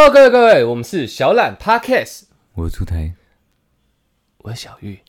Hello， 各位，我们是小懒 Podcast， 我是出台， 我是小玉，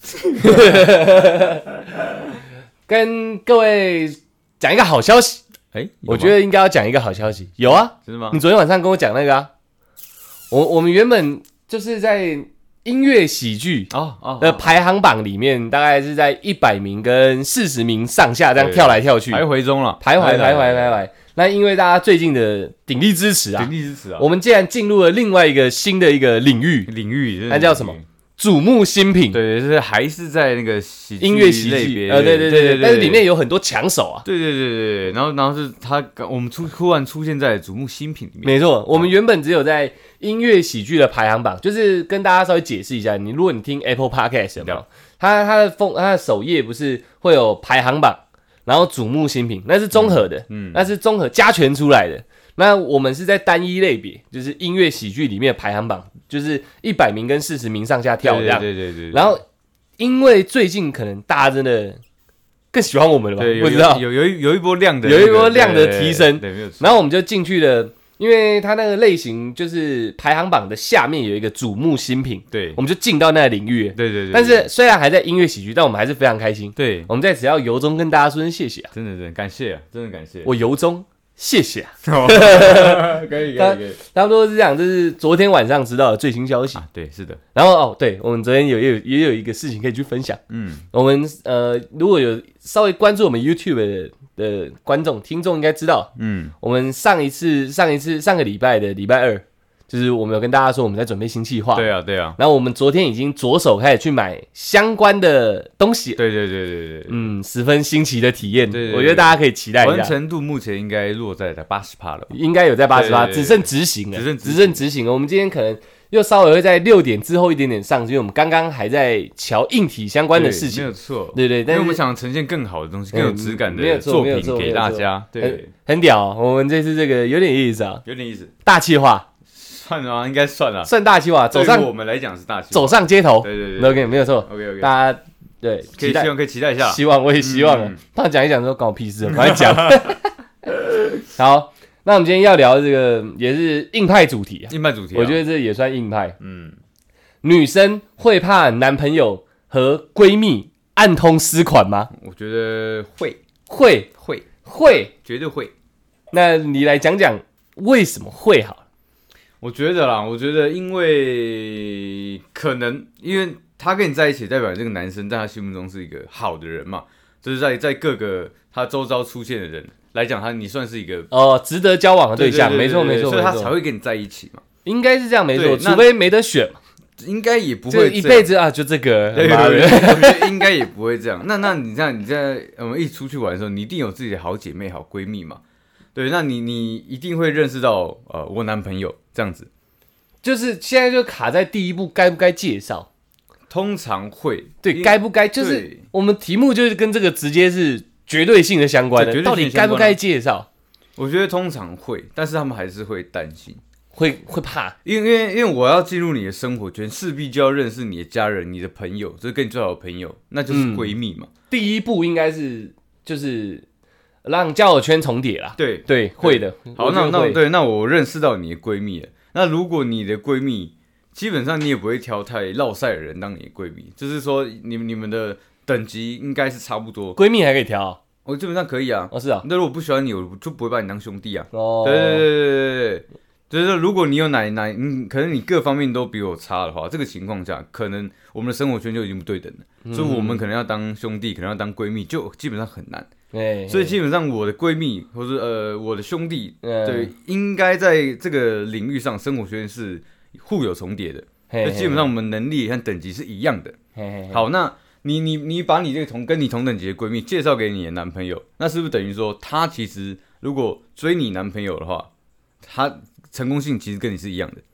跟各位讲一个好消息。我觉得应该要讲一个好消息。有啊， 真的吗？ 你昨天晚上跟我讲那个啊，我们原本就是在音乐喜剧的排行榜里面，大概是在100名跟40名上下这样跳来跳去， 徘徊中了， 徘徊。那因为大家最近的鼎力支持啊，我们竟然进入了另外一个新的一个领域，那叫什么？瞩目新品。 对，就是还是在那个音乐喜剧，对，但是里面有很多抢手啊。 对，然后是我们突然出现在瞩目新品里面。 没错，我们原本只有在音乐喜剧的排行榜，就是跟大家稍微解释一下，如果你听 Apple Podcast 有没有，它的首页不是会有排行榜，然后瞩目新品，那是综合的，那是综合加权出来的。那我们是在单一类别，就是音乐喜剧里面的排行榜，就是100名跟40名上下跳这样。 对。 然后因为最近可能大家真的更喜欢我们了吧？不知道有一波量的， 提升。 对，没有错。 然后我们就进去了，因为它那个类型就是排行榜的下面有一个瞩目新品， 对， 我们就进到那个领域。 对。 但是虽然还在音乐喜剧，但我们还是非常开心。 对， 我们在此要由衷跟大家说声谢谢啊！ 真的感谢啊，真的感谢。 我由衷。谢谢啊， 可以， 差不多是这样，这是昨天晚上知道的最新消息啊。对，是的。 然后对，我们昨天也有一个事情可以去分享。我们如果有稍微关注我们 YouTube 的观众听众应该知道，我们上个礼拜的礼拜二，就是我们有跟大家说我们在准备新企划。 对啊。 然后我们昨天已经着手开始去买相关的东西。 对。 十分新奇的体验。 对， 我觉得大家可以期待一下。 完成度目前应该落在 80% 了， 应该有在 80%， 只剩执行了。我们今天可能又稍微会在6点之后一点点上，因为我们刚刚还在瞧硬体相关的事情。 没有错。 对， 但是我们想呈现更好的东西，更有质感的作品给大家。对， 很屌。我们这次这个有点意思啊，大企划。 算了，应该算了， 算大企划。 对于我们来讲是大企划， 走上街头。对 ，OK， 没有错。 OK， 大家对， 可以期待一下。 希望我也希望啊。他讲一讲说关我屁事，赶快讲。好，那我们今天要聊这个也是硬派主题啊。我觉得这也算硬派。女生会怕男朋友和闺蜜暗通私款吗？ 我觉得会， 绝对会。 那你来讲讲为什么会好了。 我觉得因为他跟你在一起，代表这个男生在他心目中是一个好的人嘛，就是在各个他周遭出现的人来讲，你算是一个值得交往的对象。没错， 所以他才会跟你在一起嘛。 应该是这样，没错，除非没得选嘛。 应该也不会一辈子啊，就这个。 对，我觉得应该也不会这样。那你这样，你在我们一起出去玩的时候，你一定有自己的好姐妹、好闺蜜嘛。对，那你一定会认识到我男朋友这样子， 就是现在就卡在第一步，该不该介绍？ 通常会， 对，该不该就是我们题目就是跟这个直接是绝对性的相关的，到底该不该介绍？ 我觉得通常会，但是他们还是会担心， 会怕， 因为我要进入你的生活圈，势必就要认识你的家人、你的朋友，就是跟你最好的朋友，那就是闺蜜嘛。 第一步应该是就是让交友圈重叠啦。对，会的。 好，那我认识到你的闺蜜了。那如果你的闺蜜，基本上你也不会挑太落赛的人当你的闺蜜，就是说你们的等级应该是差不多。 闺蜜还可以挑， 我基本上可以啊。 是啊。 那如果不喜欢你，我就不会把你当兄弟啊。 对。 就是说，如果你有可能你各方面都比我差的话，这个情况下，可能我们的生活圈就已经不对等了。所以我们可能要当兄弟，可能要当闺蜜，就基本上很难。所以基本上我的闺蜜或者我的兄弟，对，应该在这个领域上生活圈是互有重叠的。所以基本上我们能力和等级是一样的。好，那你把你这个跟你同等级的闺蜜介绍给你的男朋友，那是不是等于说他其实如果追你男朋友的话，他成功性其实跟你是一样的。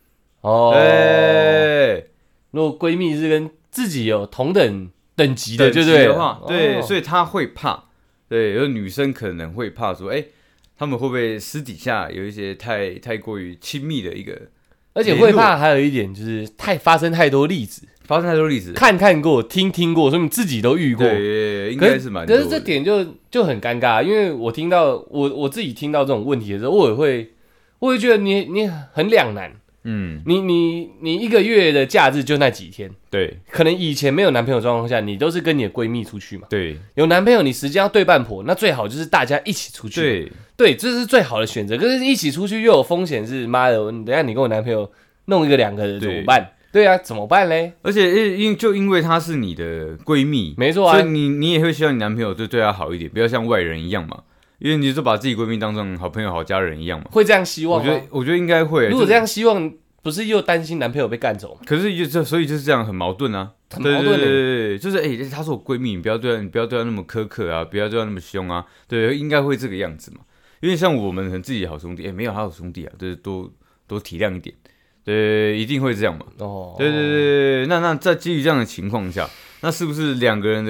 如果闺蜜是跟自己有同等级的，就对了。 对，所以他会怕。对，有女生可能会怕说，他们会不会私底下有一些太过于亲密的一个， 而且会怕还有一点就是发生太多例子，看过听过，说明自己都遇过。 对，应该是蛮多的。 可是这点就很尴尬，因为我自己听到这种问题的时候，我会觉得你很两难。 你一个月的假日就那几天， 对， 可能以前没有男朋友状况下，你都是跟你的闺蜜出去嘛， 对， 有男朋友你时间要对半婆，那最好就是大家一起出去，对，这是最好的选择。可是一起出去又有风险，是妈的，等一下你跟我男朋友弄一个2个人怎么办？对啊，怎么办嘞？ 而且因为她是你的闺蜜， 没错啊， 所以你也会希望你男朋友就对她好一点，不要像外人一样嘛。因为你就把自己闺蜜当成好朋友、好家人一样嘛。 会这样希望吗？ 我觉得应该会。 如果这样希望，不是又担心男朋友被干走吗？ 可是所以就是这样，很矛盾啊。 很矛盾对，就是她是我闺蜜，你不要对她那么苛刻啊，不要对她那么凶啊。对，应该会这个样子嘛。因为像我们可能自己的好兄弟，没有他好兄弟啊，就是多体谅一点。对，一定会这样嘛。哦，对，那在基于这样的情况下，那是不是2个人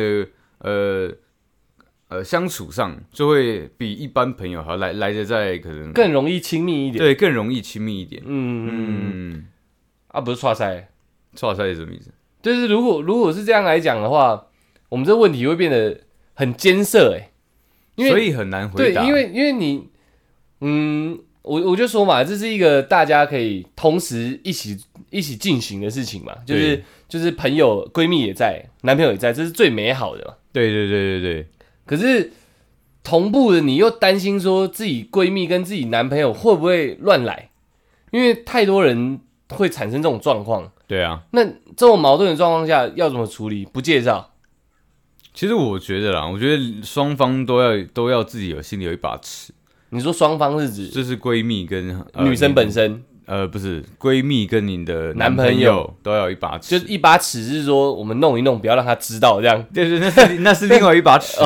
的相处上就会比一般朋友还来的在可能更容易亲密一点？ 对，更容易亲密一点。 不是剉赛， 剉赛是什么意思？ 就是如果是这样来讲的话，我们这问题会变得很艰涩所以很难回答。 对，因为你我就说嘛，这是一个大家可以同时一起进行的事情嘛，就是朋友闺蜜也在，男朋友也在，这是最美好的嘛。 对。 可是同步的，你又担心说自己闺蜜跟自己男朋友会不会乱来，因为太多人会产生这种状况。 对啊， 那这种矛盾的状况下要怎么处理？不介绍。 其实我觉得双方都要自己心里有一把尺。 你说双方是指就是闺蜜跟女生本身， 不是闺蜜跟你的男朋友都要有一把尺， 就一把尺是说我们弄一弄，不要让他知道这样。 对，那是另外一把尺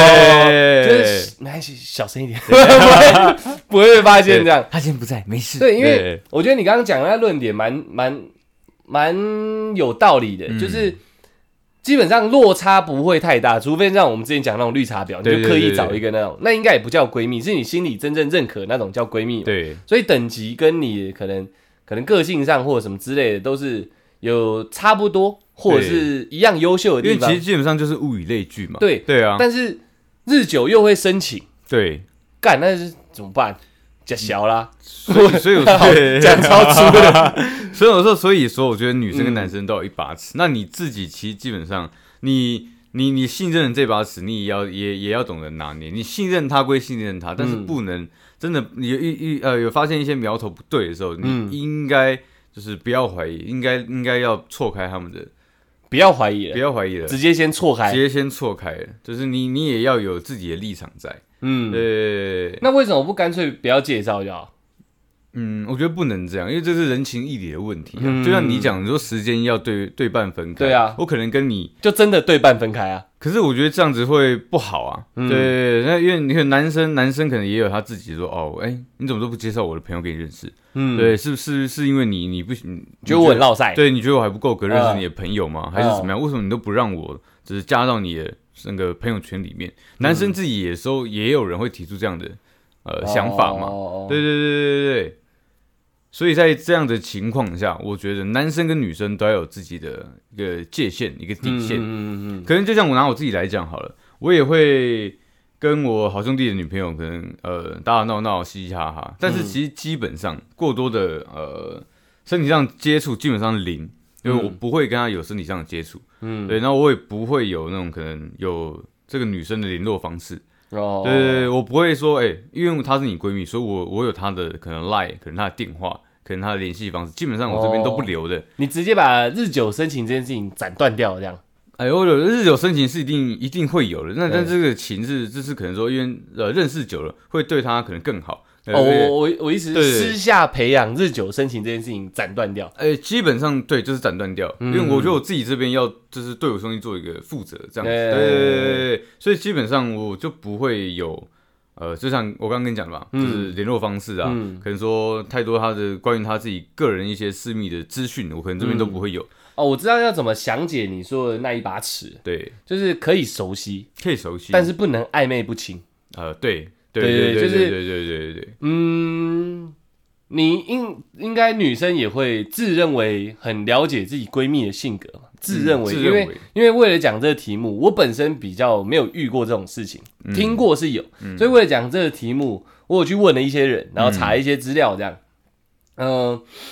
就是小声一点，不会被发现这样。 他今天不在，没事。 对，因为我觉得你刚刚讲的那论点蛮有道理的，就是基本上落差不会太大，除非像我们之前讲那种绿茶婊，你就刻意找一个那种，那应该也不叫闺蜜，是你心里真正认可那种叫闺蜜。 对， 所以等级跟你可能个性上或者什么之类的都是有差不多，或者是一样优秀的地方。 因为其实基本上就是物以类聚嘛。 对啊，但是日久又会生情。 对， 干那是怎么办？假小啦， 所以我说讲超粗的， 所以说，我觉得女生跟男生都有一把尺。那你自己其实基本上，你信任的这把尺，你也要懂得拿捏。你信任他归信任他，但是不能真的你有发现一些苗头不对的时候，你应该就是不要怀疑，应该要错开他们的。 不要怀疑了，直接先错开， 就是你也要有自己的立场在。 那为什么不干脆不要介绍就好？ 我觉得不能这样，因为这是人情义理的问题就像你讲，你说时间要对半分开。 对啊， 我可能跟你就真的对半分开啊。 可是我觉得这样子会不好啊。对，那因为你看男生可能也有他自己说你怎么都不介绍我的朋友给你认识？对，是因为你不行， 觉得我很落赛？ 对，你觉得我还不够格认识你的朋友吗？还是怎么样？为什么你都不让我只是加到你的那个朋友圈里面？男生自己也有人会提出这样的想法嘛？对。所以在这样的情况下，我觉得男生跟女生都要有自己的一个界限，一个底线。可能就像我拿我自己来讲好了，我也会跟我好兄弟的女朋友可能打打闹闹嘻嘻哈哈，但是其实基本上过多的身体上接触基本上零，因为我不会跟她有身体上的接触。对，然后我也不会有那种可能有这个女生的联络方式。对，我不会说因为她是你闺蜜，所以我有她的可能 LINE， 可能她的电话，可能她的联系方式，基本上我这边都不留的。 你直接把日久生情这件事情斩断掉，这样。 我有日久生情是一定会有的，但这个情是可能说，因为认识久了会对她可能更好。 我意思是私下培养日久生情这件事情斩断掉。 基本上对，就是斩断掉，因为我觉得我自己这边要就是对我兄弟做一个负责，这样子。对，所以基本上我就不会有就像我刚刚跟你讲的嘛，就是联络方式啊，可能说太多关于他自己个人一些私密的资讯，我可能这边都不会有。 我知道要怎么详解你说的那一把尺。对，就是可以熟悉，但是不能暧昧不清。 对。 对，你应该女生也会自认为很了解自己闺蜜的性格嘛？自认为，因为为了讲这个题目，我本身比较没有遇过这种事情，听过是有，所以为了讲这个题目，我有去问了一些人，然后查一些资料，这样，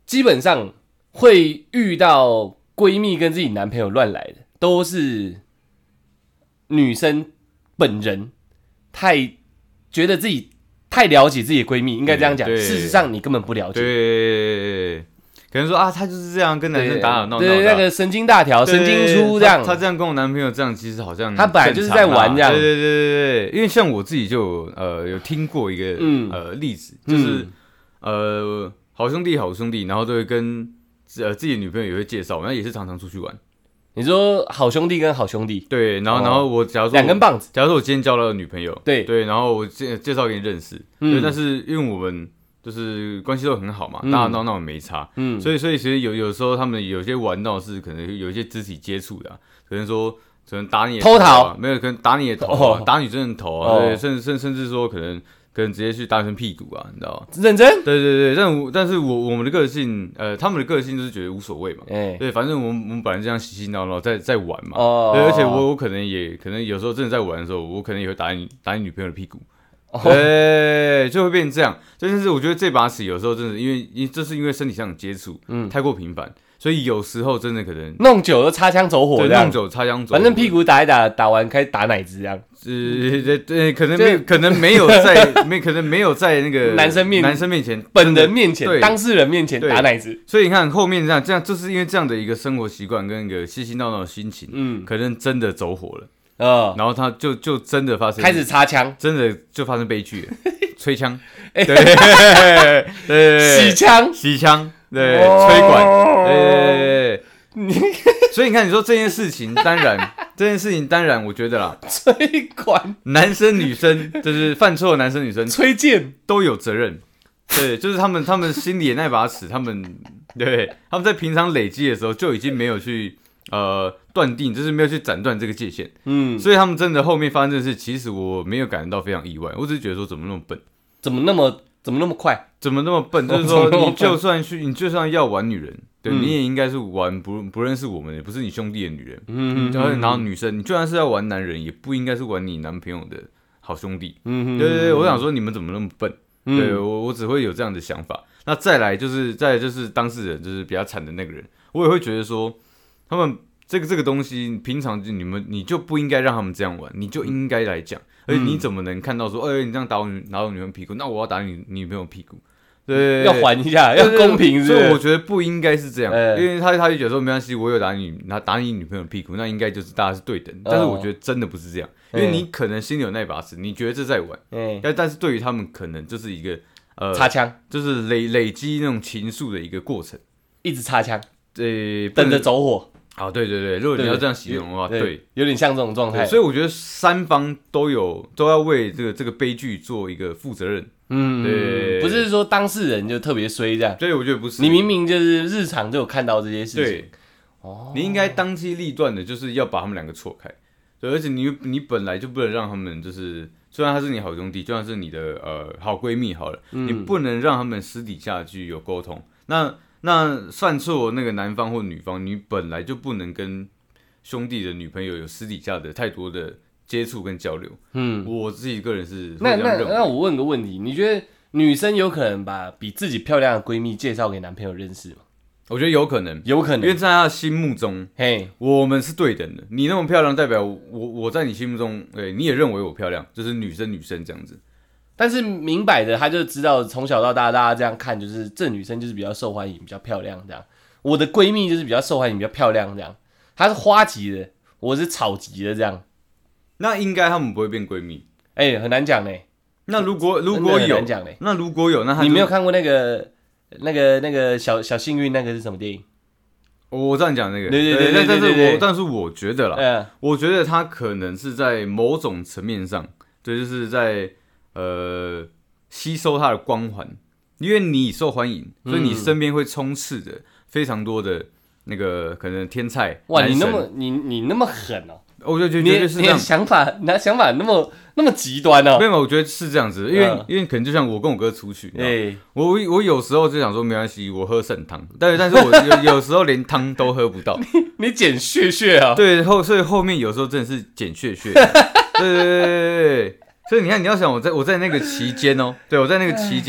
基本上会遇到闺蜜跟自己男朋友乱来的，都是女生本人太觉得自己太了解自己的闺蜜，应该这样讲。事实上你根本不了解。 对，可能说啊，她就是这样跟男生打打闹闹的， 对，那个神经大条、神经粗这样。 她这样跟我男朋友这样，其实好像她本来就是在玩这样。 对，因为像我自己就有听过一个例子，就是好兄弟，然后都会跟自己的女朋友也会介绍，那也是常常出去玩。 你说好兄弟跟好兄弟， 对，然后我假如说两根棒子， 假如说我今天交了女朋友， 对， 然后我介绍给你认识，对，但是因为我们就是关系都很好嘛，打打闹闹没差，所以其实有时候他们有些玩闹是可能有一些肢体接触的，可能打你的偷桃， 没有，可能打你的头，打女生的头啊，对，甚至说可能直接去打女生屁股啊，你知道吗？ 认真？ 对，但是我们的个性，他们的个性就是觉得无所谓嘛，对，反正我们本来这样嬉戏闹闹在玩嘛，对，而且我可能有时候真的在玩的时候，我可能也会打你女朋友的屁股，对，就会变成这样。但是我觉得这把尺有时候真的因为身体上的接触，太过频繁。所以有时候真的可能弄久了擦枪走火这样， 弄久擦枪走火， 反正屁股打一打，打完开始打奶子这样。 对，可能没有在那个男生面前、 本人面前、当事人面前打奶子。 所以你看后面这样，就是因为这样的一个生活习惯跟一个嬉戏闹闹的心情，可能真的走火了。然后他就真的发生开始擦枪， 真的就发生悲剧了，吹枪，对，洗枪。对，吹管，对，所以你看，你说这件事情，当然，我觉得啦， 吹管， 男生女生就是犯错的男生女生， 吹剑都有责任，对，就是他们心里的那把尺，他们在平常累积的时候就已经没有去断定，就是没有去斩断这个界限，所以他们真的后面发生这事，其实我没有感到非常意外，我只是觉得说怎么那么笨， 怎么那么快？ 怎么那么笨？就是说，你就算要玩女人，对，你也应该是玩不认识我们，也不是你兄弟的女人。然后女生，你就算是要玩男人，也不应该是玩你男朋友的好兄弟。对，我想说你们怎么那么笨？对我只会有这样的想法。那再来就是当事人，就是比较惨的那个人，我也会觉得说，他们这个东西，平常你就不应该让他们这样玩，你就应该来讲。而且你怎么能看到说，你这样打我女朋友屁股，那我要打你女朋友屁股，对， 要还一下，要公平， 所以我觉得不应该是这样，因为他就觉得说没关系，我有打你女朋友屁股，那应该就是大家是对等。但是我觉得真的不是这样，因为你可能心里有那把尺，你觉得这在玩，但是对于他们可能就是一个擦枪， 就是累积那种情愫的一个过程， 一直擦枪，等着走火。 对，如果你要这样形容的话，对， 有点像这种状态。 所以我觉得三方都要为这个悲剧做一个负责任。对， 不是说当事人就特别衰这样。 对，我觉得不是。 你明明就是日常就有看到这些事情。 对，你应该当机立断的，就是要把他们两个错开。对，而且你本来就不能让他们就是，虽然他是你好兄弟，就算是你的好闺蜜好了，你不能让他们私底下去有沟通。那犯错那个男方或女方，你本来就不能跟兄弟的女朋友有私底下的太多的接触跟交流。我自己个人是这样认为。 那我问个问题，你觉得女生有可能把比自己漂亮的闺蜜介绍给男朋友认识吗？ 我觉得有可能，因为在她的心目中，我们是对等的。你那么漂亮，代表我在你心目中，你也认为我漂亮，就是女生这样子。 但是明摆的，他就知道从小到大，大家这样看，就是这女生就是比较受欢迎，比较漂亮这样。我的闺蜜就是比较受欢迎，比较漂亮这样。她是花级的，我是草级的这样。 那应该他们不会变闺蜜， 很难讲呢。 那如果有，那如果有，那你没有看过那个小幸运那个是什么电影？ 我这样讲那个， 对， 但是我觉得啦，我觉得他可能是在某种层面上，对，就是在。吸收它的光环，因为你受欢迎，所以你身边会充斥着非常多的那个可能天菜。 哇，你那么狠哦！ 我就觉得是这样， 想法那么极端哦。 没有，我觉得是这样子，因为可能就像我跟我哥出去，我有时候就想说没关系，我喝剩汤，但是我有时候连汤都喝不到。 你捡血啊？ 对，所以后面有时候真的是捡血。对。所以你看，你要想我在那个期间对，我在那个期间，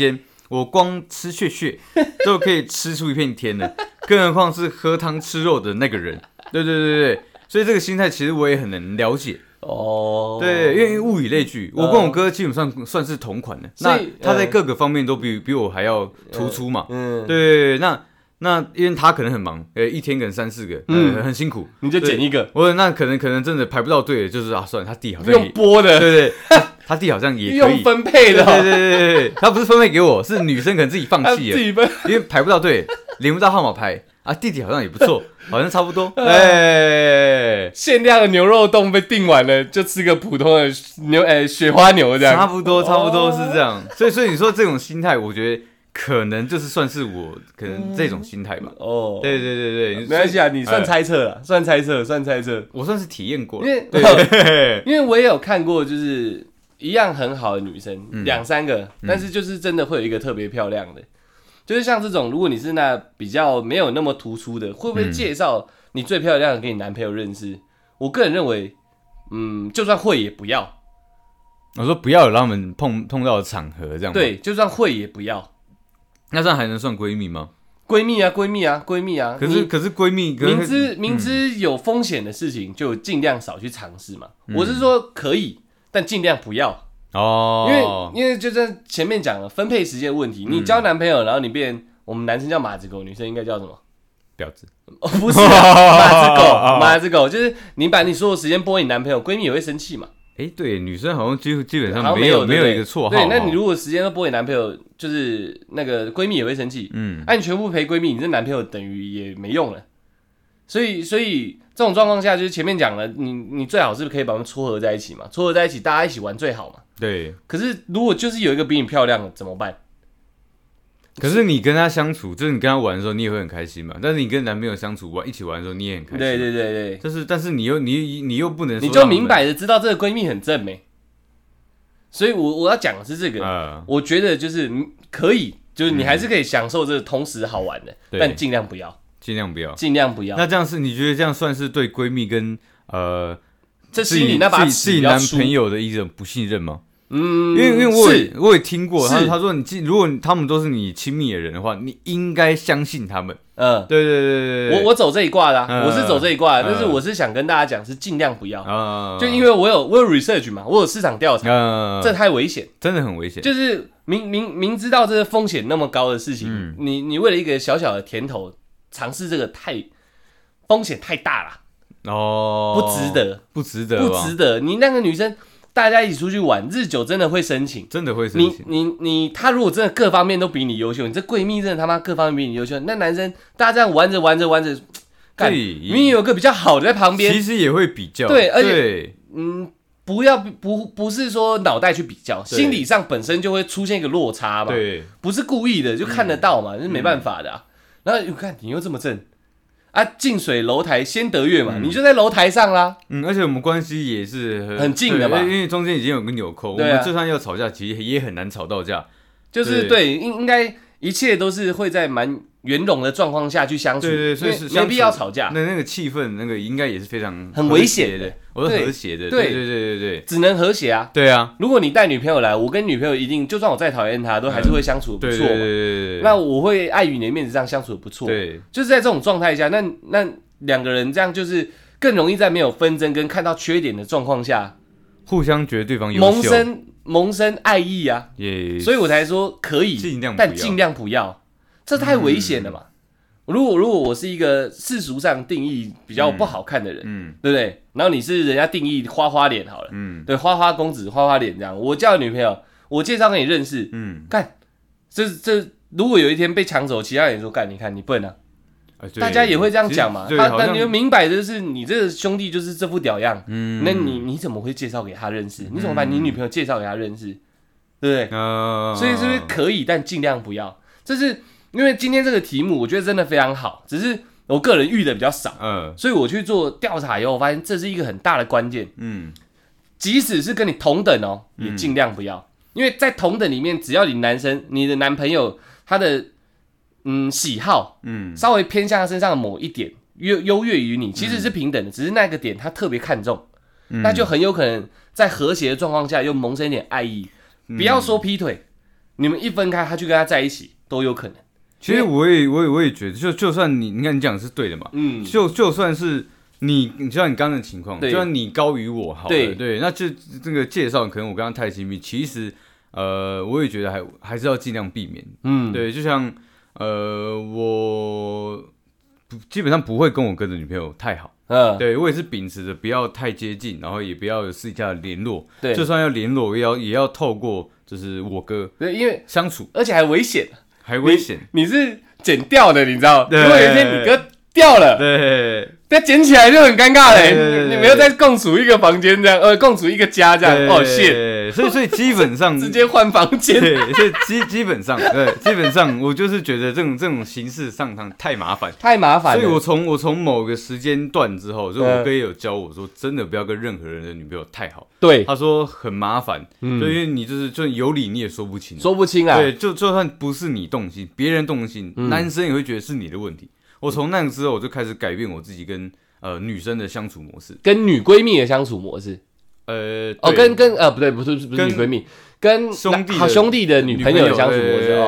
我光吃血都可以吃出一片天了，更何况是喝汤吃肉的那个人。对，所以这个心态其实我也很能了解。对，因为物以类聚，我跟我哥基本上算是同款的，那他在各个方面都比我还要突出嘛。对，那因为他可能很忙，一天可能3-4个，很辛苦， 你就捡一个。 我那可能真的排不到队，就是算了，他弟好像用拨的， 对，他弟好像也可以用分配的。 对，他不是分配给我，是女生可能自己放弃了， 自己分， 因为排不到队，领不到号码牌啊。弟弟好像也不错，好像差不多。 限量的牛肉冻被订完了，就吃个普通的雪花牛这样。 差不多是这样。所以你说这种心态，我觉得。可能就是算是我可能这种心态吧。对， 没关系啊，你算猜测了，算猜测。 我算是体验过了， 因为我也有看过，就是一样很好的女生2-3个，但是就是真的会有一个特别漂亮的，就是像这种，如果你是那比较没有那么突出的，会不会介绍你最漂亮的给你男朋友认识？我个人认为，就算会也不要。 我说不要有让他们碰到的场合这样。 对，就算会也不要。 那这样还能算闺蜜吗？ 闺蜜啊。 可是闺蜜明知有风险的事情，就尽量少去尝试嘛。我是说可以，但尽量不要。因为就像前面讲了分配时间的问题，你交男朋友，然后你变我们男生叫马子狗，女生应该叫什么？ 婊子。 不是马子狗，就是你把你所有时间拨给你男朋友，闺蜜也会生气嘛。 对，女生好像基本上没有一个绰号。 对，那你如果时间都拨给男朋友，就是那个闺蜜也会生气。你全部陪闺蜜，你这男朋友等于也没用了。所以这种状况下，就是前面讲了，你最好是可以把他们撮合在一起嘛，撮合在一起，大家一起玩最好嘛。 对。 可是如果就是有一个比你漂亮的怎么办？ 可是你跟他相处，就是你跟他玩的时候，你也会很开心嘛。但是你跟男朋友相处一起玩的时候，你也很开心。 对。 但是你又不能说， 你就明摆着知道这个闺蜜很正没。所以我要讲的是这个，我觉得就是可以，就是你还是可以享受这个同时好玩的，但尽量不要。 那这样是你觉得这样算是对闺蜜跟这心里那把尺自己男朋友的一种不信任吗？因为我也听过，他说如果他们都是你亲密的人的话，你应该相信他们。对， 我走这一挂的，我是走这一挂的，但是我是想跟大家讲，是尽量不要，就因为我有 research 嘛，我有市场调查，这太危险， 真的很危险。 就是明知道这个风险那么高的事情，你为了一个小小的甜头尝试这个风险太大了，不值得。你那个女生。大家一起出去玩，日久真的会生情，他如果真的各方面都比你优秀，你这闺蜜真的他妈各方面比你优秀，那男生大家这样玩着，明明有个比较好的在旁边， 其实也会比较， 对，而且不是说脑袋去比较，心理上本身就会出现一个落差嘛， 对， 不是故意的，就看得到嘛，就是没办法的啊。然后你看你又这么正。近水楼台先得月嘛，你就在楼台上啦。 而且我们关系也是很近的嘛， 因为中间已经有个纽扣，我们就算要吵架，其实也很难吵到架。 就是对，应该一切都是会在蛮圆融的状况下去相处， 对，所以没必要吵架。 那个气氛，那个应该也是非常很危险的， 我是和谐的，对， 只能和谐啊。 对啊， 如果你带女朋友来，我跟女朋友一定，就算我再讨厌她，都还是会相处的不错嘛。 对， 那我会碍于你的面子上相处的不错。 对， 就是在这种状态下，那两个人这样就是更容易在没有纷争跟看到缺点的状况下， 互相觉得对方优秀， 萌生爱意啊。所以我才说可以，但尽量不要，这太危险了嘛。如果我是一个世俗上定义比较不好看的人，对不对？然后你是人家定义花花脸好了，对，花花公子、花花脸这样，我交女朋友，我介绍给你认识，干，这如果有一天被抢走，其他人说干，你看你笨啊。大家也会这样讲嘛，但你明摆的是你这个兄弟就是这副屌样，那你怎么会介绍给他认识？你怎么把你女朋友介绍给他认识？对不对？所以是不是可以，但尽量不要？这是因为今天这个题目，我觉得真的非常好，只是我个人遇的比较少，所以我去做调查以后，我发现这是一个很大的关键。即使是跟你同等哦，也尽量不要，因为在同等里面，只要你的男朋友他的喜好，稍微偏向他身上的某一点优越于你，其实是平等的，只是那个点他特别看重，那就很有可能在和谐的状况下又萌生一点爱意。不要说劈腿， 你们一分开，他去跟他在一起都有可能。 其实我也觉得，就算你看你讲的是对的嘛，就算是你就像你刚刚的情况，就算你高于我好了，对，那就这个介绍可能我刚刚太亲密，其实我也觉得还是要尽量避免，对，就像我基本上不会跟我哥的女朋友太好。对我也是秉持着不要太接近，然后也不要有私底下的联络。对，就算要联络，也要透过就是我哥， 对，因为相处， 而且还危险，你是剪掉的，你知道？如果有一天你哥掉了，对，但捡起来就很尴尬了。你们要再共处一个房间这样，共处一个家这样，哦，shit。 所以基本上直接换房间。 对，所以基本上我就是觉得这种形式上太麻烦，所以我从某个时间段之后，就我哥也有教我说，真的不要跟任何人的女朋友太好。对，他说很麻烦，因为你就有理你也说不清啊。对，就算不是你动心，别人动心，男生也会觉得是你的问题。我从那个之后，我就开始改变我自己跟女生的相处模式， 跟女闺蜜的相处模式。跟不对，不是女闺蜜，跟好兄弟的女朋友的相处模式。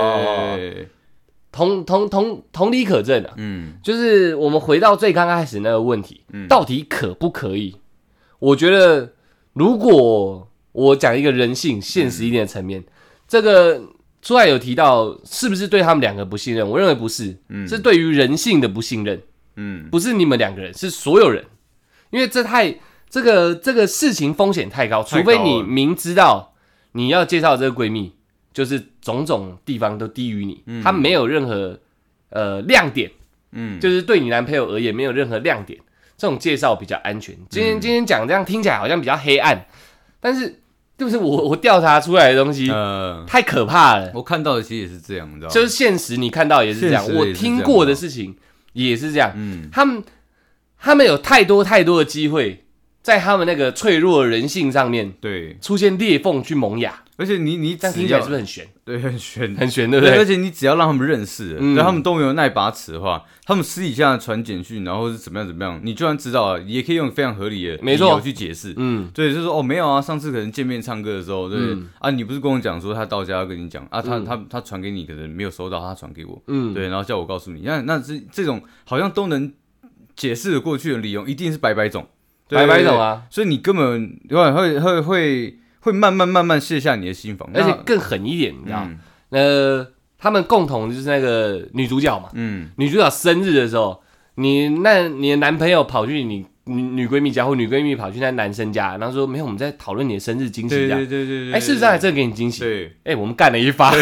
同理可证啊。就是我们回到最刚开始那个问题，到底可不可以？我觉得，如果我讲一个人性、现实一点的层面，这个出来有提到，是不是对他们两个不信任？我认为不是，是对于人性的不信任。不是你们两个人，是所有人，因为这个事情风险太高，除非你明知道你要介绍这个闺蜜，就是种种地方都低于你，她没有任何亮点，就是对你男朋友而言没有任何亮点，这种介绍比较安全。今天讲这样听起来好像比较黑暗，但是就是我调查出来的东西太可怕了。 我看到的其实也是这样，你知道吗？ 就是现实你看到也是这样，我听过的事情也是这样。他们有太多的机会，在他们那个脆弱的人性上面，对，出现裂缝去萌芽。而且你这样听起来是不是很悬？对，很悬，对不对？ 而且你只要让他们认识了，对他们都没有那把尺的话，他们私底下传简讯，然后是怎么样，你就算知道了，也可以用非常合理的理由去解释。对，就是说没有啊，上次可能见面唱歌的时候，对啊，你不是跟我讲说他到家要跟你讲啊，他传给你可能没有收到，他传给我，对，然后叫我告诉你，那是这种好像都能解释得过去的理由，一定是百种， 百种啊， 所以你根本会慢慢卸下你的心防， 而且更狠一点，你知道？他们共同就是那个女主角嘛，女主角生日的时候，你的男朋友跑去你女闺蜜家，或女闺蜜跑去那男生家，然后说没有，我们在讨论你的生日惊喜，这样，对，事实上还真的给你惊喜，对，我们干了一发，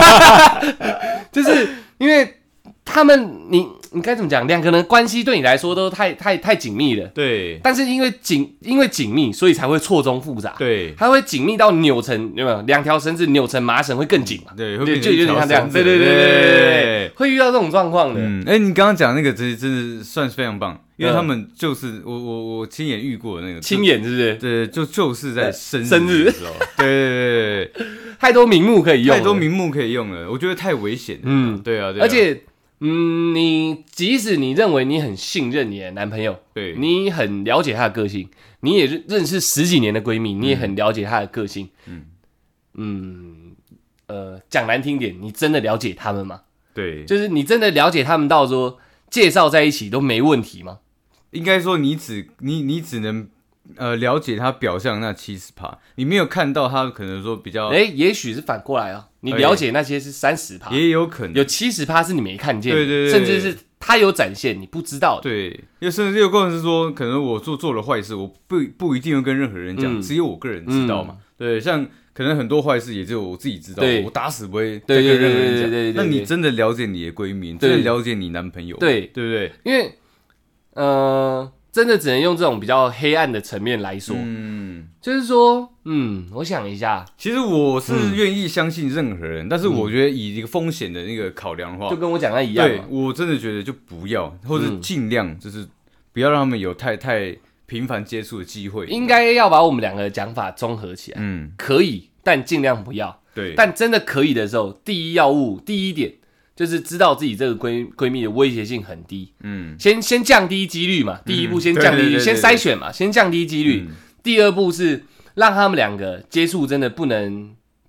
就是因为他们你该怎么讲？两个人关系对你来说都太紧密了，对。但是因为紧密，所以才会错综复杂，对。它会紧密到扭成，有没有？两条绳子扭成麻绳会更紧嘛？对，就有点像这样，对，会遇到这种状况的。 你刚刚讲那个真的算是非常棒，因为他们就是我亲眼遇过的那个， 亲眼是不是？ 对，就是在生日的时候，对， 太多名目可以用了，我觉得太危险了。对啊， 而且。你即使你认为你很信任你的男朋友，对，你很了解他的个性，你也认识10几年的闺蜜，你也很了解他的个性，讲难听点，你真的了解他们吗？对，就是你真的了解他们到说介绍在一起都没问题吗？ 应该说你只能了解他表象那70%，你没有看到他可能说比较， 也许是反过来啊。你了解那些是30%， 也有可能有70%是你没看见，对，甚至是他有展现你不知道的， 对，甚至有可能是说，可能我做了坏事，我不一定会跟任何人讲，只有我个人知道嘛，对，像可能很多坏事也只有我自己知道，我打死不会再跟任何人讲。那你真的了解你的闺蜜，真的了解你男朋友，对不对？ 因为真的只能用这种比较黑暗的层面来说，就是说，我想一下， 其实我是愿意相信任何人，但是我觉得以一个风险的那个考量的话， 就跟我讲的一样， 对，我真的觉得就不要，或者尽量就是不要让他们有太频繁接触的机会， 应该要把我们两个讲法综合起来，可以，但尽量不要，对，但真的可以的时候，第一点。就是知道自己这个闺蜜的威胁性很低，先降低几率嘛。第一步先降低，先筛选嘛，先降低几率。第二步是让他们两个接触真的不能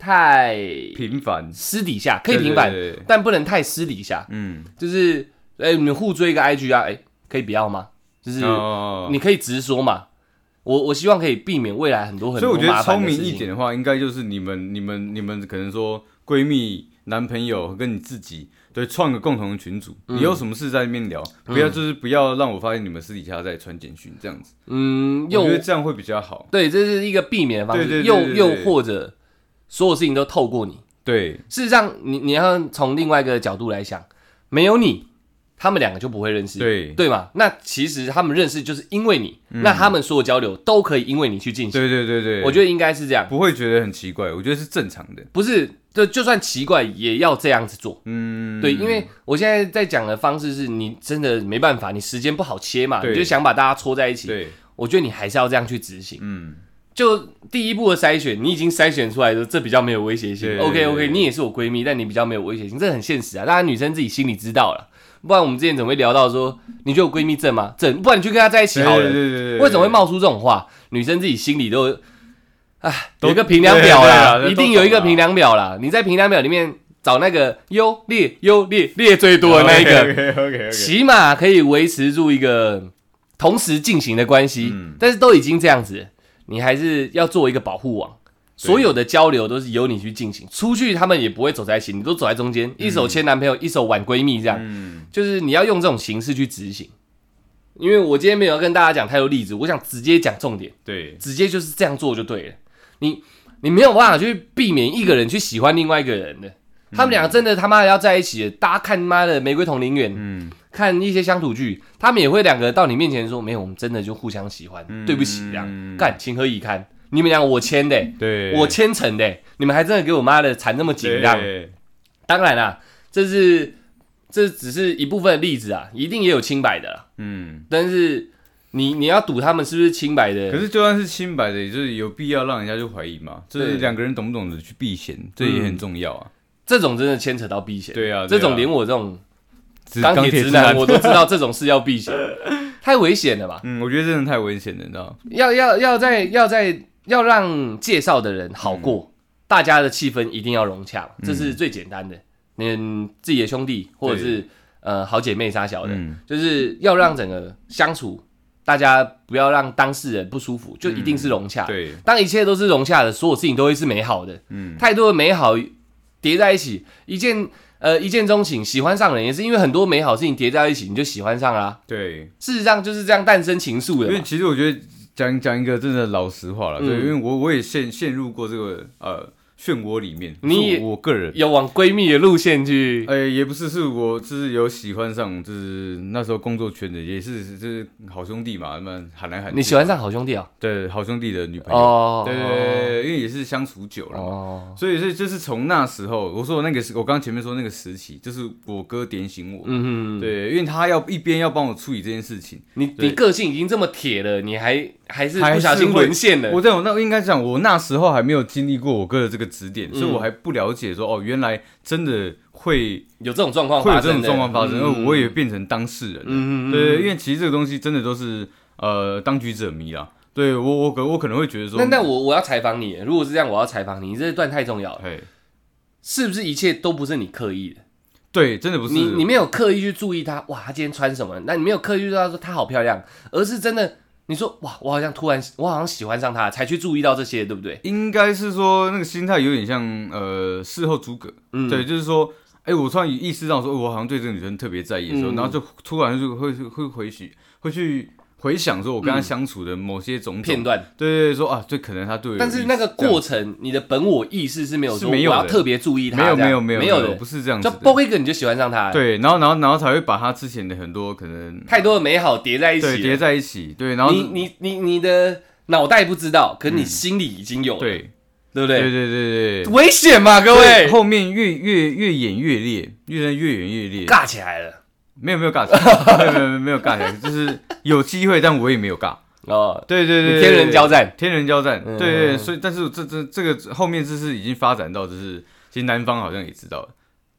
太频繁， 私底下可以频繁，但不能太私底下。就是你们互追一个 IG 啊，可以不要吗？就是你可以直说嘛。我希望可以避免未来很多麻烦的事情。所以我觉得聪明一点的话，应该就是你们可能说闺蜜、男朋友跟你自己，对，创个共同的群组，你有什么事在那边聊，不要让我发现你们私底下在传简讯这样子。我觉得这样会比较好。 对，这是一个避免的方式。又或者所有事情都透过你。 对， 事实上你要从另外一个角度来想，没有你。他们两个就不会认识，对嘛？那其实他们认识就是因为你，那他们所有交流都可以因为你去进行。 对， 我觉得应该是这样， 不会觉得很奇怪，我觉得是正常的。 不是，就算奇怪也要这样子做。对，因为我现在在讲的方式是你真的没办法，你时间不好切嘛，你就想把大家戳在一起。对，我觉得你还是要这样去执行。就第一步的筛选，你已经筛选出来的，这比较没有威胁性。OK， 你也是我闺蜜，但你比较没有威胁性，这很现实啊，大家女生自己心里知道了。不然我们之前怎么会聊到说，你就有闺蜜症吗？症，不然你去跟她在一起好了。对，为什么会冒出这种话？女生自己心里都有一个评量表啦，一定有一个评量表啦。你在评量表里面找那个优劣最多的那一个，起码可以维持住一个同时进行的关系。但是都已经这样子，你还是要做一个保护网。所有的交流都是由你去进行，出去他们也不会走在一起，你都走在中间，一手牵男朋友，一手挽闺蜜，这样，就是你要用这种形式去执行。因为我今天没有跟大家讲太多例子，我想直接讲重点，对，直接就是这样做就对了。你没有办法去避免一个人去喜欢另外一个人的，他们两个真的他妈的要在一起的，大家看妈的玫瑰同林远，看一些乡土剧，他们也会两个到你面前说，没有，我们真的就互相喜欢，对不起，这样干情何以堪？你们两个我签的，对，我签成的，你们还真的给我妈的缠那么紧张。当然啦，这只是一部分的例子啊，一定也有清白的啦。但是你要赌他们是不是清白的？ 可是就算是清白的，也就是有必要让人家去怀疑嘛？就是两个人懂不懂得去避嫌，这也很重要啊。 这种真的牵扯到避嫌， 对啊， 这种连我这种钢铁直男我都知道，这种事要避嫌，太危险了吧？ 我觉得真的太危险了，你知道？ 要让介绍的人好过，大家的气氛一定要融洽，这是最简单的。自己的兄弟或者是好姐妹啥小的，就是要让整个相处，大家不要让当事人不舒服，就一定是融洽。对，当一切都是融洽的，所有事情都会是美好的。太多的美好叠在一起，一见钟情，喜欢上人也是因为很多美好事情叠在一起，你就喜欢上啦。对，事实上就是这样诞生情愫的。 因为其实我觉得。讲一个真的老实话了，对，因为我也陷入过这个漩涡里面。我个人有往闺蜜的路线去， 也不是，是我就是有喜欢上，就是那时候工作圈的，也是就是好兄弟嘛，他们喊来喊去。 你喜欢上好兄弟啊？ 对，好兄弟的女朋友，对，因为也是相处久了，所以就是从那时候，我说我刚前面说那个时期，就是我哥点醒我，对，因为他要一边要帮我处理这件事情， 你个性已经这么铁了，你还是不小心沦陷了。 我应该讲，我那时候还没有经历过我哥的这个指点，所以我还不了解说原来真的会有这种状况发生， 而我也变成当事人。对，因为其实这个东西真的都是当局者迷啦。对我可能会觉得说， 那我要采访你，如果是这样，我要采访你，这段太重要了。是不是一切都不是你刻意的？ 对，真的不是你没有刻意去注意他，哇，他今天穿什么？那你没有刻意去注意他说他好漂亮，而是真的。你说哇，我好像喜欢上他，才去注意到这些，对不对？ 应该是说那个心态有点像事后诸葛，对，就是说，我突然意识到说，我好像对这个女生特别在意的时候，然后就突然就会去回想说我跟他相处的某些种片段， 对，说啊，这可能他对我， 但是那个过程，你的本我意识是没有说我要特别注意他， 没有的，不是这样子的， 就啵一个你就喜欢上他， 对，然后才会把他之前的很多可能太多的美好叠在一起， 对，叠在一起，对，然后你的脑袋不知道，可是你心里已经有了，对不对？ 对， 危险嘛，各位， 后面越演越烈，越演越烈， 尬起来了。 没有尬起来，没有尬起来，就是有机会，但我也没有尬。对， 天人交战， 对，所以但是这个后面就是已经发展到，就是其实男方好像也知道了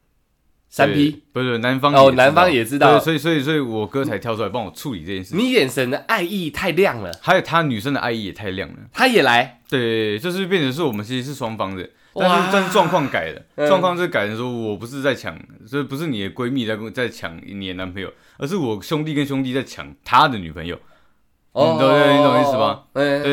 ，3P 不是男方也知道， 所以我哥才跳出来帮我处理这件事。 你眼神的爱意太亮了， 还有他女生的爱意也太亮了， 他也来， 对，就是变成是我们其实是双方的。 但是状况改了，状况是改成说我不是在抢，这不是你的闺蜜在抢你的男朋友，而是我兄弟跟兄弟在抢他的女朋友。你懂意思吗？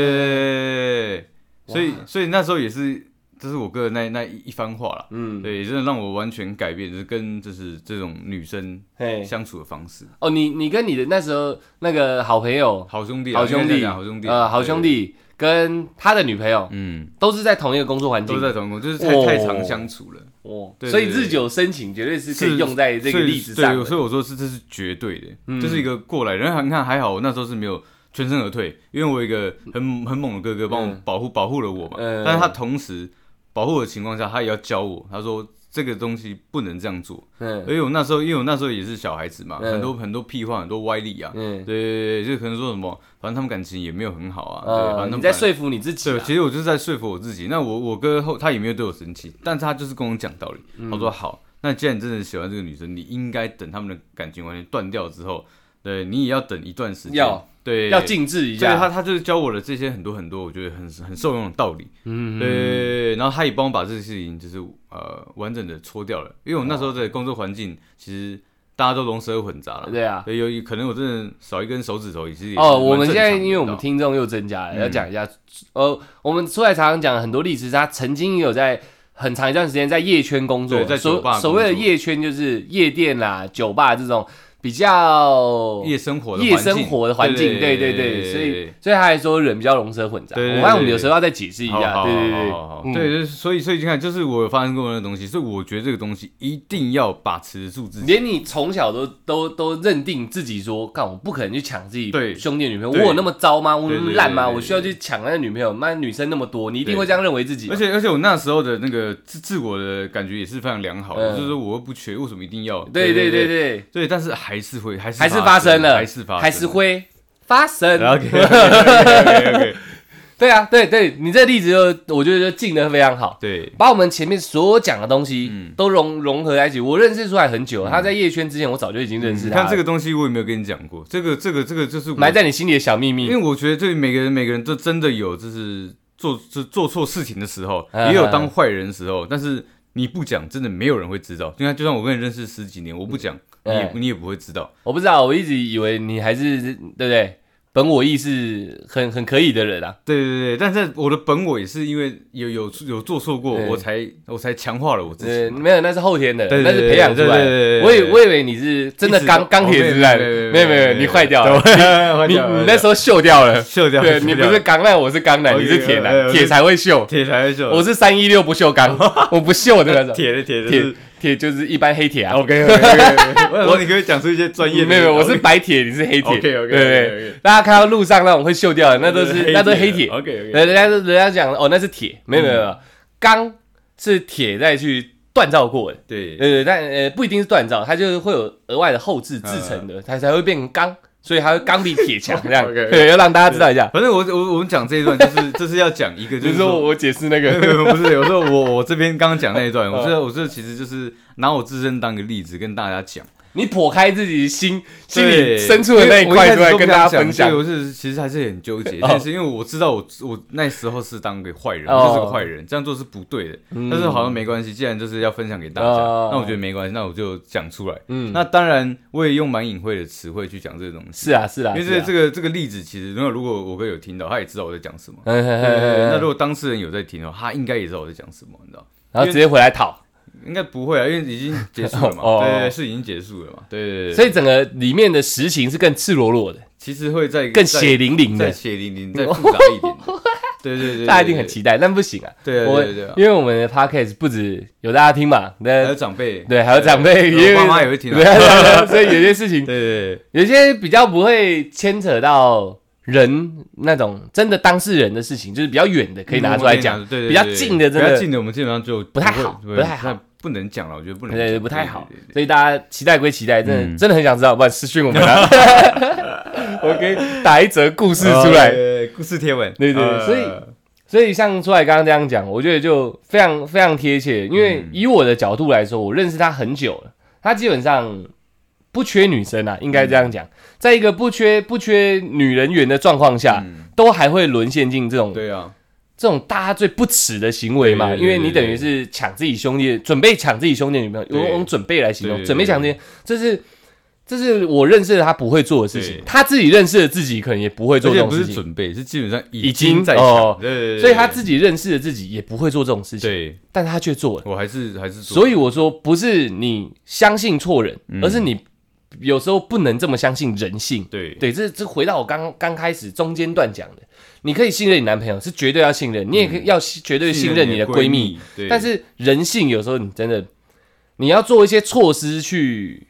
所以那时候也是，这是我哥的那一番话啦。对，真的让我完全改变，就是跟这种女生相处的方式。 哦，你跟你的那时候那个好朋友、 好兄弟、 好兄弟跟他的女朋友，都是在同一个工作环境， 都在同一个，就是太常相处了。 所以日久生情绝对是可以用在这个例子上。 对，所以我说这是绝对的，这是一个过来人。你看还好，我那时候是没有全身而退，因为我有一个很猛的哥哥帮我保护了我嘛。但是他同时保护我的情况下，他也要教我，他说这个东西不能这样做。因为我那时候也是小孩子嘛，很多屁话，很多歪理啊。对，就可能说什么，反正他们感情也没有很好啊。对，反正你在说服你自己。 对，其实我就是在说服我自己。那我哥他也没有对我生气，但是他就是跟我讲道理。他说好，那既然你真的喜欢这个女生，你应该等他们的感情完全断掉之后，对你也要等一段时间。对， 要静置一下。 对，他就是教我的这些很多，我觉得很受用的道理。对，然后他也帮我把这个事情就是完整的搓掉了，因为我那时候的工作环境其实大家都龙蛇混杂了。 对啊， 有可能我真的少一根手指头也是我们现在因为我们听众又增加了，要讲一下。我们出来常常讲很多例子，他曾经也有在很长一段时间在夜圈工作， 在酒吧工作。 所谓的夜圈就是夜店啦、酒吧这种。比较夜生活的环境，对，所以他还说人比较龙蛇混杂。我发现我们有时候要再解释一下， 对，所以你看，就是我有发生过那个东西，所以我觉得这个东西一定要把持住自己。 连你从小都认定自己说，干我不可能去抢自己兄弟的女朋友，我有那么糟吗？我有那么烂吗？我需要去抢那个女朋友？妈，女生那么多，你一定会这样认为自己。 而且我那时候的那个自我的感觉也是非常良好的，就是说我又不缺，为什么一定要？对，但是。还是发生了，还是会发生。OK， 对啊，对，你这个例子我觉得就进得非常好。 对， 把我们前面所讲的东西都融合在一起。我认识出来很久，他在夜圈之前，我早就已经认识他。 看这个东西，我有没有跟你讲过？这个就是埋在你心里的小秘密。 因为我觉得，对每个人都真的有，就是做错事情的时候，也有当坏人的时候，但是你不讲，真的没有人会知道。就像我跟你认识10几年，我不讲。你也不会知道， 我不知道，我一直以为你还是对不对？本我意是很可以的人啊。 对，但是我的本我也是因为有做错过，我才强化了我自己。 没有，那是后天的，那是培养出来的。我以为你是真的钢铁直男，没有，你坏掉了，你那时候锈掉了。对，你不是钢男，我是钢男，你是铁男，铁才会锈，我是316不锈钢，我不锈的那种。铁就是一般黑铁啊。 OK， 我你可以讲出一些专业的。 没有，我是白铁，你是黑铁。 OK， 大家看到路上那种会锈掉的，那都是黑铁。 OK， 人家讲那是铁，没有，钢是铁再去锻造过的。 对， 但不一定是锻造，它就是会有额外的后制成的，它才会变成钢。所以它会钢比铁强这样，对，要让大家知道一下。 反正我们讲这一段就是要讲一个，就是说我解释那个， 不是，有时候我这边刚刚讲那一段，我这其实就是拿我自身当个例子跟大家讲。 你剖开自己心里深处的那一块出来跟大家分享。 我其实还是很纠结，但是因为我知道我那时候是当个坏人，我就是个坏人，这样做是不对的。但是好像没关系，既然就是要分享给大家，那我觉得没关系，那我就讲出来。那当然我也用蛮隐晦的词汇去讲这个东西。 是啊， 因为这个例子其实如果我哥有听到，他也知道我在讲什么。那如果当事人有在听的话，他应该也知道我在讲什么，你知道？ 然后直接回来讨。 应该不会啊，因为已经结束了嘛。对，是已经结束了嘛。对， 所以整个里面的实情是更赤裸裸的， 其实会更血淋淋的， 再复杂一点。对， 大家一定很期待，但不行啊。 对， 因为我们的 podcast 不止有大家听嘛， 还有长辈， 对，还有长辈， 我爸妈也会听。 所以有些事情， 对， 有些比较不会牵扯到人那种真的当事人的事情，就是比较远的可以拿出来讲，比较近的真的， 比较近的我们基本上就不太好。 不能讲了，我觉得不能讲，对，不太好。所以大家期待归期待，真的很想知道，不然私讯我们啊。我可以打一则故事出来， 故事贴文。 对，所以像出来刚刚这样讲，我觉得就非常非常贴切。因为以我的角度来说，我认识他很久了，他基本上不缺女生啊，应该这样讲。在一个不缺女人缘的状况下，都还会沦陷进这种这种大家最不耻的行为嘛，因为你等于是抢自己兄弟，准备抢自己兄弟女朋友，用准备来形容，准备抢自己，这是我认识的他不会做的事情，他自己认识的自己可能也不会做这种事情。 不是准备，是基本上已经在抢， 所以他自己认识的自己也不会做这种事情， 对， 但他却做了。 我还是做。 所以我说，不是你相信错人，而是你有时候不能这么相信人性。 对， 这回到我刚开始中间段讲的，你可以信任你男朋友，是绝对要信任，你也要绝对信任你的闺蜜。但是人性有时候你真的，你要做一些措施去。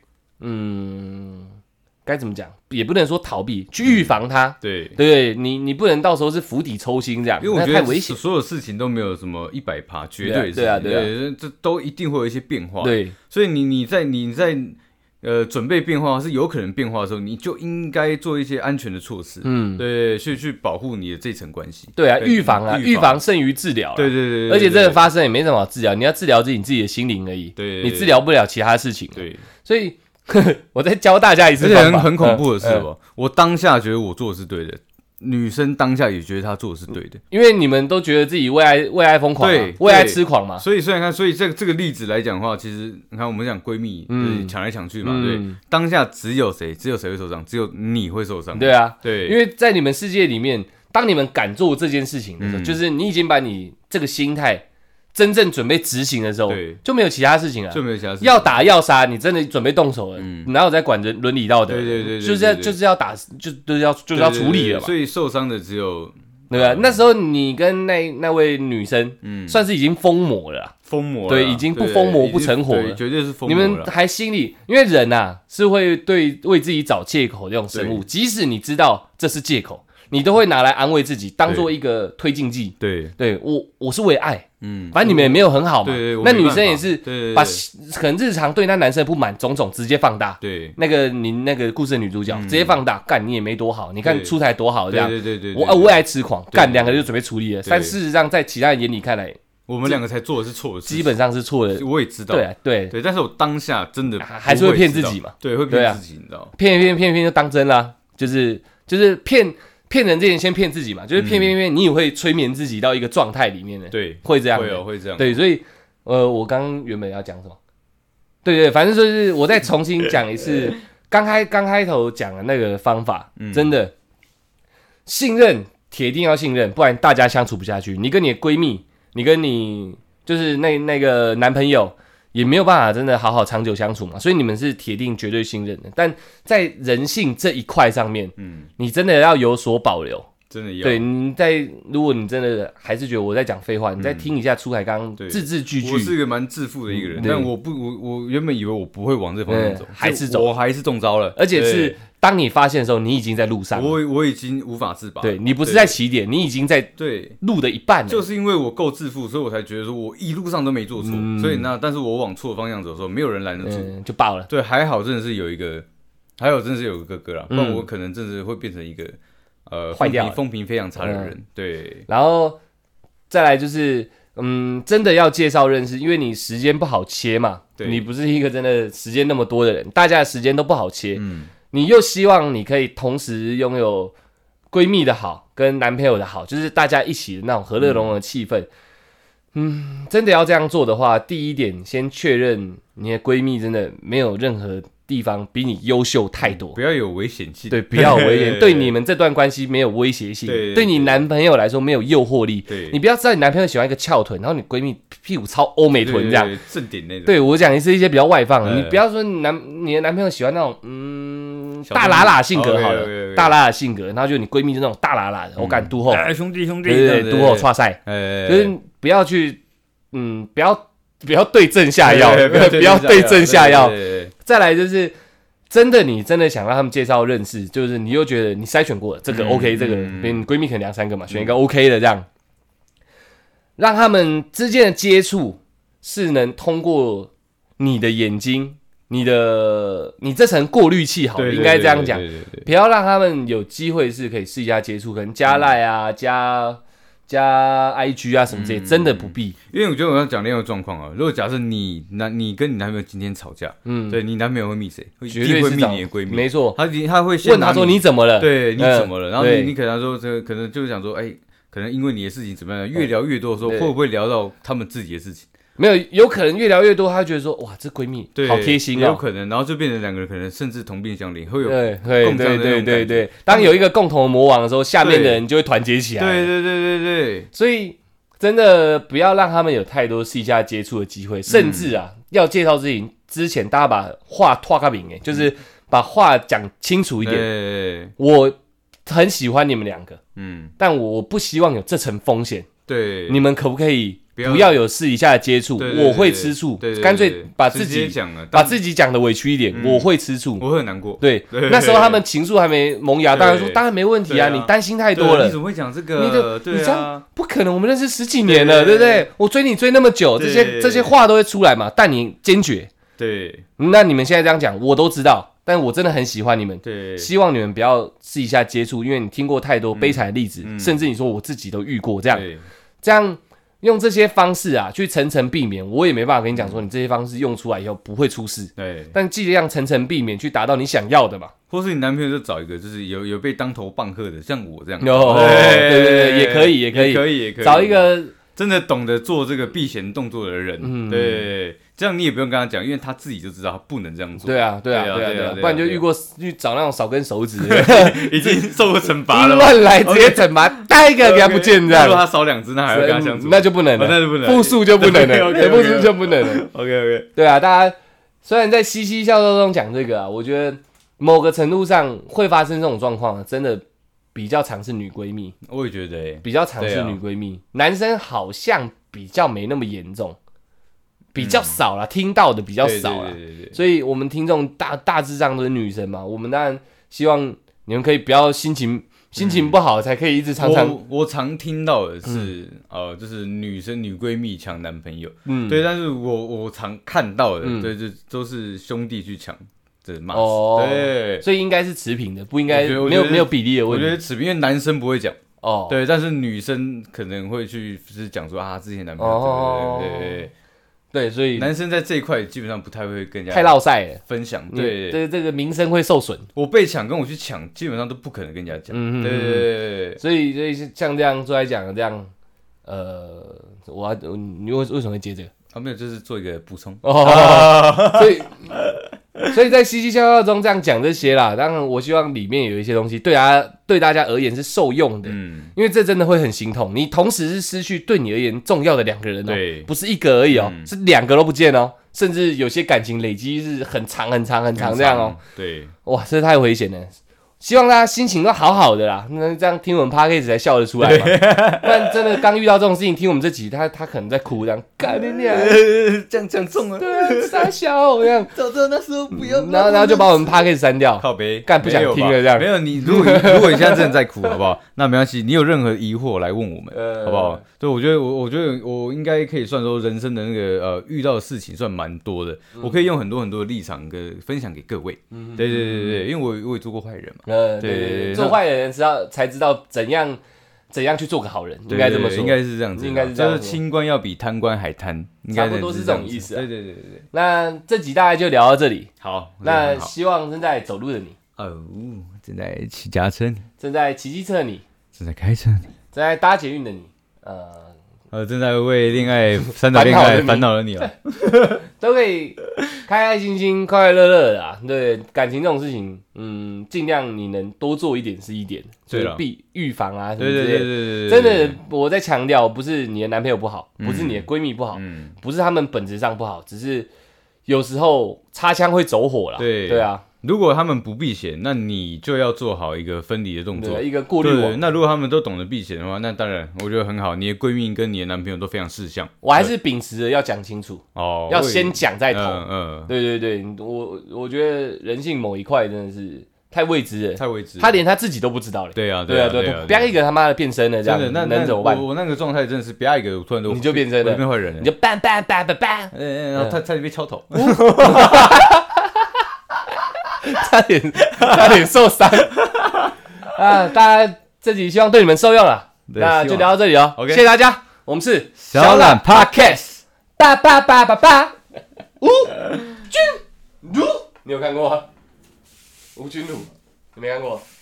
该怎么讲？也不能说逃避，去预防它。对，你不能到时候是釜底抽薪这样， 因为我觉得太危险。 所有事情都没有什么100%绝对， 对啊， 这都一定会有一些变化。 对， 所以你在准备变化是有可能变化的时候，你就应该做一些安全的措施。对，去保护你的这层关系。 对啊，预防胜于治疗。 对， 而且真的发生也没什么好治疗，你要治疗自己的心灵而已。 对， 你治疗不了其他事情。 对， 所以我再教大家一次方法。很恐怖的是我当下觉得我做的是对的，女生当下也觉得她做的是对的， 因为你们都觉得自己为爱疯狂，为爱痴狂嘛。 所以这个例子来讲的话，其实你看我们讲闺蜜，抢来抢去嘛，对，当下只有谁会受伤，只有你会受伤。 对啊， 对， 因为在你们世界里面，当你们敢做这件事情的时候，就是你已经把你这个心态真正准备执行的时候，就没有其他事情了，要打要杀，你真的准备动手了，哪有在管伦理道德？对，就是要打，就是要处理了嘛。 所以受伤的只有对吧？那时候你跟那位女生，算是已经疯魔了，对，已经不疯魔不成活了， 绝对是疯魔了。 你们还心里，因为人啊是会为自己找借口这种生物，即使你知道这是借口，你都会拿来安慰自己，当做一个推进剂。对，我是为爱。反正你们也没有很好嘛，那女生也是把可能日常对那男生的不满种直接放大，那个故事的女主角直接放大，干你也没多好，你看出台多好这样，我为爱痴狂，干两个就准备处理了，但事实上在其他人眼里看来， 我们两个才做的是错的事， 基本上是错的， 我也知道，对，但是我当下真的还是会骗自己嘛， 对，会骗自己，你知道， 骗就当真啦，就是骗人之前先骗自己嘛，就是骗，你也会催眠自己到一个状态里面的， 对， 会这样， 会这样， 对，所以我刚原本要讲什么？对，反正就是我再重新讲一次，刚开头讲的那个方法，真的信任，铁定要信任，不然大家相处不下去。你跟你的闺蜜，你跟你就是那个男朋友。也没有办法真的好好长久相处嘛，所以你们是铁定绝对信任的。但在人性这一块上面，你真的要有所保留， 真的要。 对，如果你真的还是觉得我在讲废话，你再听一下出海刚字字句句。 我是一个蛮自负的一个人，但我原本以为我不会往这方面走，我还是中招了， 而且是。当你发现的时候，你已经在路上了， 我已经无法自拔。 对，你不是在起点，你已经在路的一半了。 就是因为我够自负，所以我才觉得说我一路上都没做错。所以但是我往错的方向走的时候，没有人拦得住， 就爆了。 对，还好真的是有一个，真的是有个哥哥啦，不然我可能真的会变成一个坏掉、 风评非常差的人。对， 然后再来就是真的要介绍认识，因为你时间不好切嘛，你不是一个真的时间那么多的人，大家的时间都不好切。你又希望你可以同时拥有闺蜜的好跟男朋友的好，就是大家一起的那种和乐融融的气氛。真的要这样做的话，第一点先确认你的闺蜜真的没有任何地方比你优秀太多， 不要有危险性。 对，不要有危险，对你们这段关系没有威胁性，对你男朋友来说没有诱惑力。你不要知道你男朋友喜欢一个翘臀，然后你闺蜜屁股超欧美臀这样， 正点那种。 对，我讲的是一些比较外放，你不要说你的男朋友喜欢那种大喇喇性格好了，大喇喇性格，然后就你闺蜜就那种大喇喇的，我敢嘟后， 兄弟， 对，嘟后唰赛，就是不要去，不要对症下药，不要对症下药。再来就是你真的想让他们介绍认识，就是你又觉得你筛选过了，这个 OK， 这个你闺蜜可能2-3个嘛，选一个 OK 的这样，让他们之间的接触是能通过你的眼睛。你这层过滤器好了，应该这样讲，不要让他们有机会是可以试一下接触，可能加赖啊，加 IG 啊什么这些，真的不必。 因为我觉得我要讲另外一个状况啊，如果假设你跟你男朋友今天吵架，对你男朋友会密谁？ 绝对会密你的闺蜜， 没错。 他会先问他说你怎么了？ 对，你怎么了？然后你可能说可能就是想说， 可能因为你的事情怎么样，越聊越多的时候，会不会聊到他们自己的事情？ 没有，有可能越聊越多，他觉得说，哇，这闺蜜好贴心有可能，然后就变成两个人可能甚至同病相怜，会有对。当有一个共同的魔王的时候，下面的人就会团结起来。 对。 所以真的不要让他们有太多私下接触的机会，甚至要介绍自己之前，大家把话拓个明，就是把话讲清楚一点。我很喜欢你们两个，但我不希望有这层风险。 对， 你们可不可以不要有私底下的接触？我会吃醋，干脆把自己讲的委屈一点。我会吃醋， 我会很难过。 对，那时候他们情愫还没萌芽，当然说当然没问题啊，你担心太多了。 你怎么会讲这个？ 你这样不可能，我们认识10几年了，对不对？我追你追那么久，这些话都会出来嘛。但你坚决， 对， 那你们现在这样讲，我都知道。但我真的很喜欢你们，希望你们不要私底下接触，因为你听过太多悲惨的例子，甚至你说我自己都遇过这样用这些方式去层层避免，我也没办法跟你讲说你这些方式用出来以后不会出事，但尽量层层避免去达到你想要的嘛。 或是你男朋友就找一个就是有被当头棒喝的，像我这样， 对，也可以，找一个真的懂得做这个避嫌动作的人，对。这样你也不用跟他讲，因为他自己就知道他不能这样做。 对啊，不然就去找那种少根手指， 已经受过惩罚了， 乱来直接惩罚，带一个给他不见这样。 如果他少2只，那还要跟他相处， 那就不能了，复数就不能了，复数就不能了。 OK， 对啊，大家虽然在嘻嘻笑笑中讲这个我觉得某个程度上会发生这种状况，真的比较常是女闺蜜。 我也觉得比较常是女闺蜜，男生好像比较没那么严重。比较少啦，听到的比较少啦，所以我们听众大致上都是女生嘛，我们当然希望你们可以不要心情不好才可以一直常常。 我常听到的是就是女闺蜜抢男朋友，对，但是我常看到的，对，就都是兄弟去抢。对， 所以应该是持平的，不应该没有比例的问题。 我觉得持平，因为男生不会讲对，但是女生可能会去就是讲说之前男朋友对，所以男生在这一块基本上不太会跟人家太落赛了分享，对， 这个名声会受损。 我被抢跟我去抢，基本上都不可能跟人家讲，对， 所以像这样出来讲这样，你为什么会接这个？ 没有，就是做一个补充所以在嘻嘻笑笑中这样讲这些啦，当然我希望里面有一些东西对大家而言是受用的，因为这真的会很心痛。你同时是失去对你而言重要的2个人不是1个而已是2个都不见甚至有些感情累积是很长这样对， 哇，这太危险了。希望大家心情都好好的啦，那这样听我们 podcast 才笑得出来嘛。不然真的刚遇到这种事情，听我们这集，他可能在哭，这样干你娘， 这样讲中了， 对啊，傻小这样， 早知道那时候不要， 然后就把我们 podcast 删掉， 靠北， 干不想听了这样。 没有你，如果你现在真的在哭，好不好？那没关系，你有任何疑惑来问我们，好不好？对，我觉得我应该可以算说人生的那个遇到的事情算蛮多的，我可以用很多的立场跟分享给各位。对，因为我也做过坏人嘛。 对，做坏人才知道怎样去做个好人，应该这么说， 应该是这样子，就是清官要比贪官还贪， 差不多是这种意思。 对。 那这集大概就聊到这里。 好， 那希望正在走路的你， 正在骑脚踏车， 正在骑机车的你， 正在开车， 正在搭捷运的你， 正在为恋爱三岛恋爱烦恼的你都可以开开心心、快快乐乐的对，感情这种事情，尽量你能多做一点是一点，就是预防什么之类的。对，真的，我在强调，不是你的男朋友不好，不是你的闺蜜不好，不是他们本质上不好，只是有时候擦枪会走火啦。对啊。 如果他们不避嫌，那你就要做好一个分离的动作， 一个过滤网。 那如果他们都懂得避嫌的话，那当然我觉得很好。你的闺蜜跟你的男朋友都非常识相。 我还是秉持着要讲清楚要先讲再投。对，我觉得人性某一块真的是太未知了，他连他自己都不知道了。 对啊， 啪一个他妈的变身了，这样能怎么办？ 我那个状态真的是啪一个，突然你就变身了， 变坏人了， 你就bang， 然后他差点被敲头。 差点受伤大家这集希望对你们受用了，那就聊到这里谢谢大家，我们是小懒 Podcast， 吴君如，你有看过吗？吴君如，你没看过？